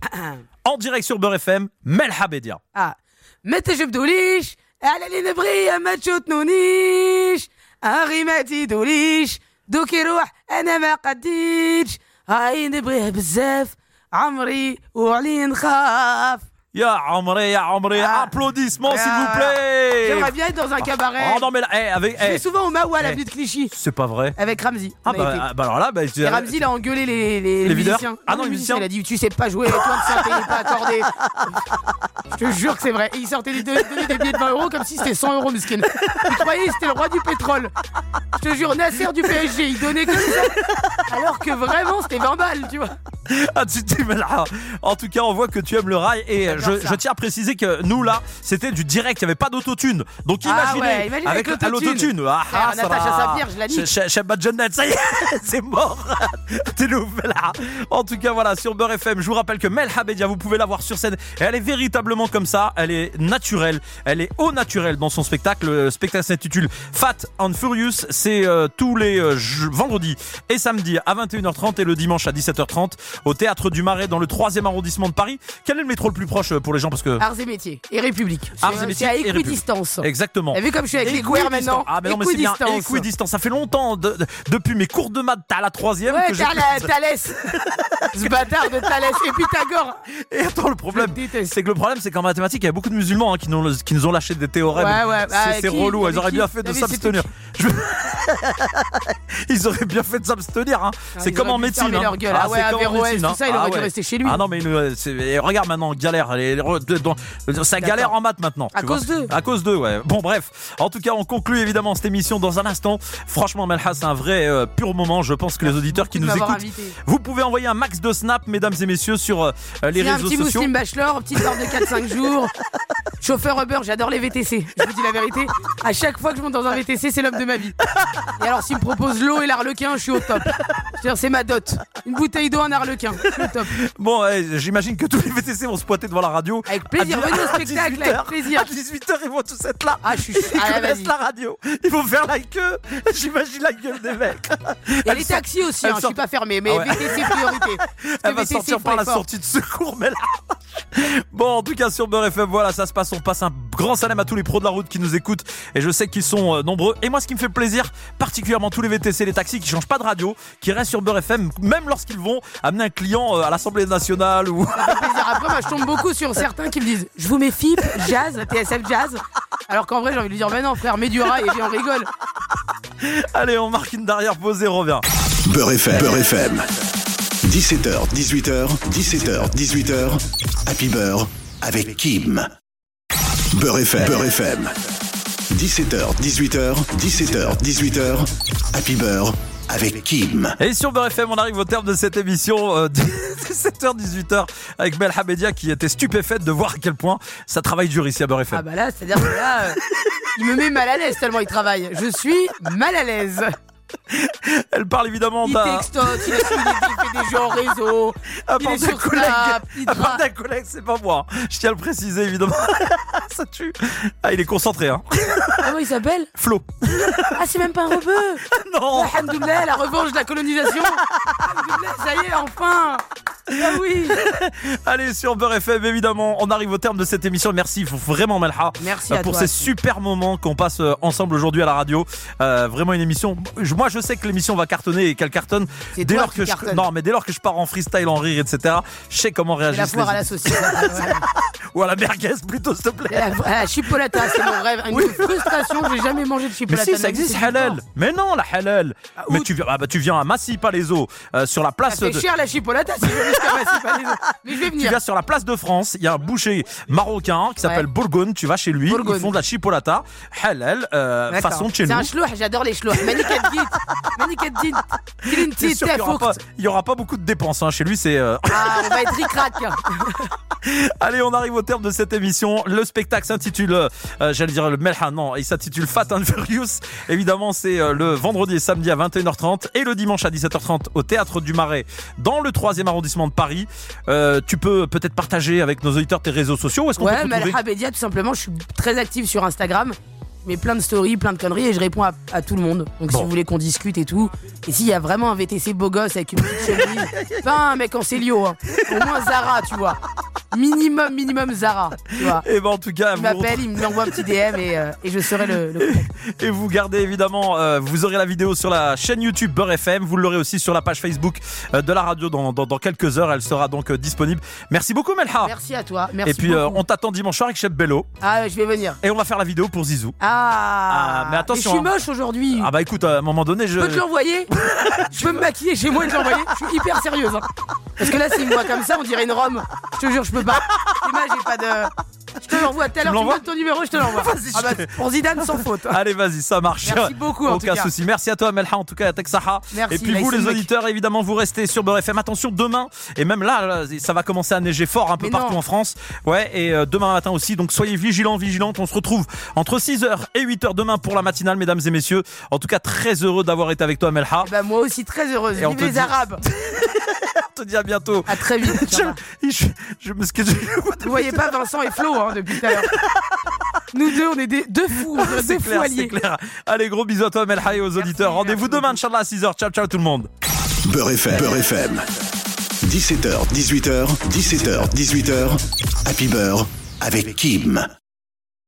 S1: En direct sur Beurre FM, Melha Bedia.
S3: متى جبدوا ليش على اللي نبغي ما تشوتنونيش اغي ما تيدوليش دوك يروح انا ما قديتش هاي نبغيه بزاف عمري وعلي نخاف.
S1: Ya Amri, applaudissements s'il vous plaît.
S3: J'aimerais bien être dans un cabaret.
S1: Oh non mais là,
S3: je vais souvent au Maou à l'avenue de Clichy.
S1: C'est pas vrai.
S3: Avec Ramzi.
S1: Alors là,
S3: et Ramzi il a engueulé les musiciens.
S1: Ah non, les musiciens.
S3: Il a dit tu sais pas jouer, toi le synthé n'est pas accordé. Je te jure que c'est vrai. Et il sortait des billets de 20 euros comme si c'était 100 euros, miskin. Il croyait que c'était le roi du pétrole. Je te jure, Nasser du PSG, il donnait comme ça. Alors que vraiment c'était 20 balles, tu vois.
S1: En tout cas, on voit que tu aimes le rail et je tiens à préciser que nous là, c'était du direct, il n'y avait pas d'autotune. Donc imaginez avec l'autotune.
S3: Natacha Saint-Pierre, je la nique.
S1: Chef Badjonnet, ça y est, c'est mort. T'es nouvelle là. En tout cas, voilà, sur Beurre FM, je vous rappelle que Melha Bedia, vous pouvez la voir sur scène. Et elle est véritablement comme ça. Elle est naturelle. Elle est au naturel dans son spectacle. Le spectacle s'intitule Fat and Furious. C'est tous les vendredis et samedis à 21h30 et le dimanche à 17h30 au Théâtre du Marais dans le 3e arrondissement de Paris. Quel est le métro le plus proche pour les gens parce que
S3: Arts et métiers et République.
S1: Arts et métiers
S3: à
S1: et
S3: équidistance.
S1: Exactement.
S3: T'as vu comme je suis avec les queers maintenant.
S1: Ah ben non mais c'est bien équidistance. Ça fait longtemps depuis mes cours de maths à la 3e que j'ai
S3: Thalès. Ce bâtard de Thalès et Pythagore.
S1: Et attends, le problème c'est qu'en mathématiques il y a beaucoup de musulmans qui nous ont lâché des théorèmes. C'est relou, ils auraient bien fait de s'abstenir. Ils auraient bien fait de s'abstenir hein. C'est comme en médecine
S3: leur gueule. Ah ouais, Averroès, tout ça, il aurait dû rester chez lui.
S1: Ah non mais regarde maintenant, galère, ça galère en maths maintenant.
S3: À cause d'eux,
S1: ouais. Bon bref, en tout cas on conclut évidemment cette émission dans un instant. Franchement Melha, c'est un vrai pur moment. Je pense que les auditeurs qui nous écoutent, vous pouvez envoyer un max de snap, mesdames et messieurs, sur les réseaux sociaux. Un petit
S3: Muslim Bachelor, petite barre de 4-5 jours. Chauffeur Uber, j'adore les VTC. Je vous dis la vérité, à chaque fois que je monte dans un VTC, c'est l'homme de ma vie. Et alors s'il me propose l'eau et l'arlequin, je suis au top. C'est ma dot. Une bouteille d'eau, un arlequin, je suis au top.
S1: Bon, j'imagine que tous les VTC vont se pointer devant la radio.
S3: Avec plaisir, venez au spectacle, avec plaisir.
S1: À 18h, ils vont tous être là.
S3: Ah, je suis
S1: ils connaissent la radio. Ils vont faire la queue. J'imagine la gueule des mecs.
S3: Et les taxis aussi, je suis pas fermé, mais VTC priorité.
S1: Elle va sortir par la sortie de secours, mais là. Bon, en tout cas, sur Beurre FM, voilà, ça se passe. On passe un grand salam à tous les pros de la route qui nous écoutent. Et je sais qu'ils sont nombreux. Et moi, ce qui me fait plaisir, particulièrement tous les VTC, les taxis qui changent pas de radio, qui restent sur Beurre FM, même lorsqu'ils vont amener un client à l'Assemblée nationale ou.
S3: Ça fait plaisir. Après, moi, je tombe beaucoup sur certains qui me disent je vous mets FIP, Jazz, TSF Jazz. Alors qu'en vrai, j'ai envie de lui dire mais non, frère, mets du rat et viens, on rigole.
S1: Allez, on marque une dernière pause et on revient.
S2: Beurre FM. 17h, 18h, 17h, 18h. Happy Beurre avec Kim. Beurre FM. 17h, 18h, 17h, 18h. Happy Beurre avec Kim.
S1: Et sur Beurre FM, on arrive au terme de cette émission 17h, 18h avec Melha Bedia qui était stupéfaite de voir à quel point ça travaille dur ici à Beurre FM.
S3: Ah bah là, c'est-à-dire que là, il me met mal à l'aise tellement il travaille. Je suis mal à l'aise.
S1: Elle parle évidemment
S3: d'un... Il textote, il fait des jeux en réseau, il est sur Snap,
S1: à part d'un collègue, c'est pas moi. Je tiens à le préciser évidemment. Ça tue. Ah, il est concentré hein.
S3: Comment il s'appelle ?
S1: Flo.
S3: Ah, c'est même pas un rebeu.
S1: Non.
S3: Alhamdoulilah, la revanche de la colonisation. Alhamdoulilah, ça y est, enfin. Ah oui.
S1: Allez, sur Beurre FM, évidemment, on arrive au terme de cette émission. Merci vraiment Melha.
S3: Merci à
S1: pour
S3: toi,
S1: ces super moments qu'on passe ensemble aujourd'hui à la radio. Vraiment une émission. Moi, je sais que l'émission va cartonner et qu'elle cartonne.
S3: C'est dès lors
S1: que dès lors que je pars en freestyle, en rire, etc. Je sais comment réagir.
S3: La foire à la saucisse.
S1: Ou à la merguez, plutôt, s'il te plaît.
S3: La chipolata, c'est mon rêve. Une frustration, j'ai jamais mangé de chipolata.
S1: Mais si, ça existe, halal. Mais non, la halal. Mais tu viens à Massy-Palaiseau, sur la place.
S3: Ça fait cher la chipolata si je veux jusqu'à Massy-Palaiseau. Mais je vais venir.
S1: Tu viens sur la place de France, il y a un boucher marocain qui s'appelle Bourgogne. Tu vas chez lui, ils font de la chipolata halal, façon de chez nous.
S3: C'est un chlouh, j'adore les chlouhs.
S1: C'est sûr qu'il y aura pas beaucoup de dépenses chez lui, c'est
S3: on va être ric-rac.
S1: Allez, on arrive au terme de cette émission. Le spectacle s'intitule j'allais dire le Melha, non, il s'intitule Fat and Furious. Évidemment, c'est le vendredi et samedi à 21h30 et le dimanche à 17h30 au Théâtre du Marais dans le 3e arrondissement de Paris. Tu peux peut-être partager avec nos auditeurs tes réseaux sociaux. Est-ce qu'on peut te retrouver ?
S3: Melha Bedia, tout simplement. Je suis très active sur Instagram. Je mets plein de stories, plein de conneries et je réponds à tout le monde. Donc si vous voulez qu'on discute et tout. Et s'il y a vraiment un VTC beau gosse avec une petite chemise, pas un mec en Célio, hein. Au moins Zara, tu vois. Minimum Zara, tu vois.
S1: Et en tout cas,
S3: il m'appelle, il me envoie un petit DM et je serai le
S1: Et vous gardez évidemment, vous aurez la vidéo sur la chaîne YouTube Beurre FM. Vous l'aurez aussi sur la page Facebook de la radio dans quelques heures. Elle sera donc disponible. Merci beaucoup Melha.
S3: Merci à toi. Merci.
S1: Et puis on t'attend dimanche soir avec Chef Bello.
S3: Ah, je vais venir.
S1: Et on va faire la vidéo pour Zizou.
S3: Mais attention. Mais je suis moche aujourd'hui.
S1: Ah bah écoute, à un moment donné,
S3: je peux te l'envoyer. Je peux me maquiller chez moi et te l'envoyer. Je suis hyper sérieuse. Parce que là, s'il me voit comme ça, on dirait une Rome. Je te jure, je peux pas. J'ai pas de. Je te te l'envoie tout à l'heure. Tu me donnes ton numéro, je te l'envoie. Ah bah, pour Zidane, sans faute.
S1: Allez, vas-y, ça marche.
S3: Merci beaucoup, en tout cas.
S1: Aucun souci. Merci à toi, Melha, en tout cas, à Texaha.
S3: Merci,
S1: et puis vous, les auditeurs, évidemment, vous restez sur Beurre FM. Attention, demain, et même là, ça va commencer à neiger fort un peu partout en France. Ouais, et demain matin aussi. Donc soyez vigilantes. On se retrouve entre 6h et 8h demain pour la matinale, mesdames et messieurs. En tout cas, très heureux d'avoir été avec toi, Melha.
S3: Bah, moi aussi, très heureuse. Vive les Arabes.
S1: On te dit à bientôt.
S3: À très vite.
S1: Vous
S3: voyez pas Vincent et Flo depuis tout à l'heure. Nous deux, on est deux fous.
S1: C'est clair, c'est clair. Allez, gros bisous à toi, Melha, et aux auditeurs. Rendez-vous demain, Inch'Allah, à 6h. Ciao tout le monde.
S2: Beurre FM. 17h, 18h, 17h, 18h. Happy Beurre avec Kim.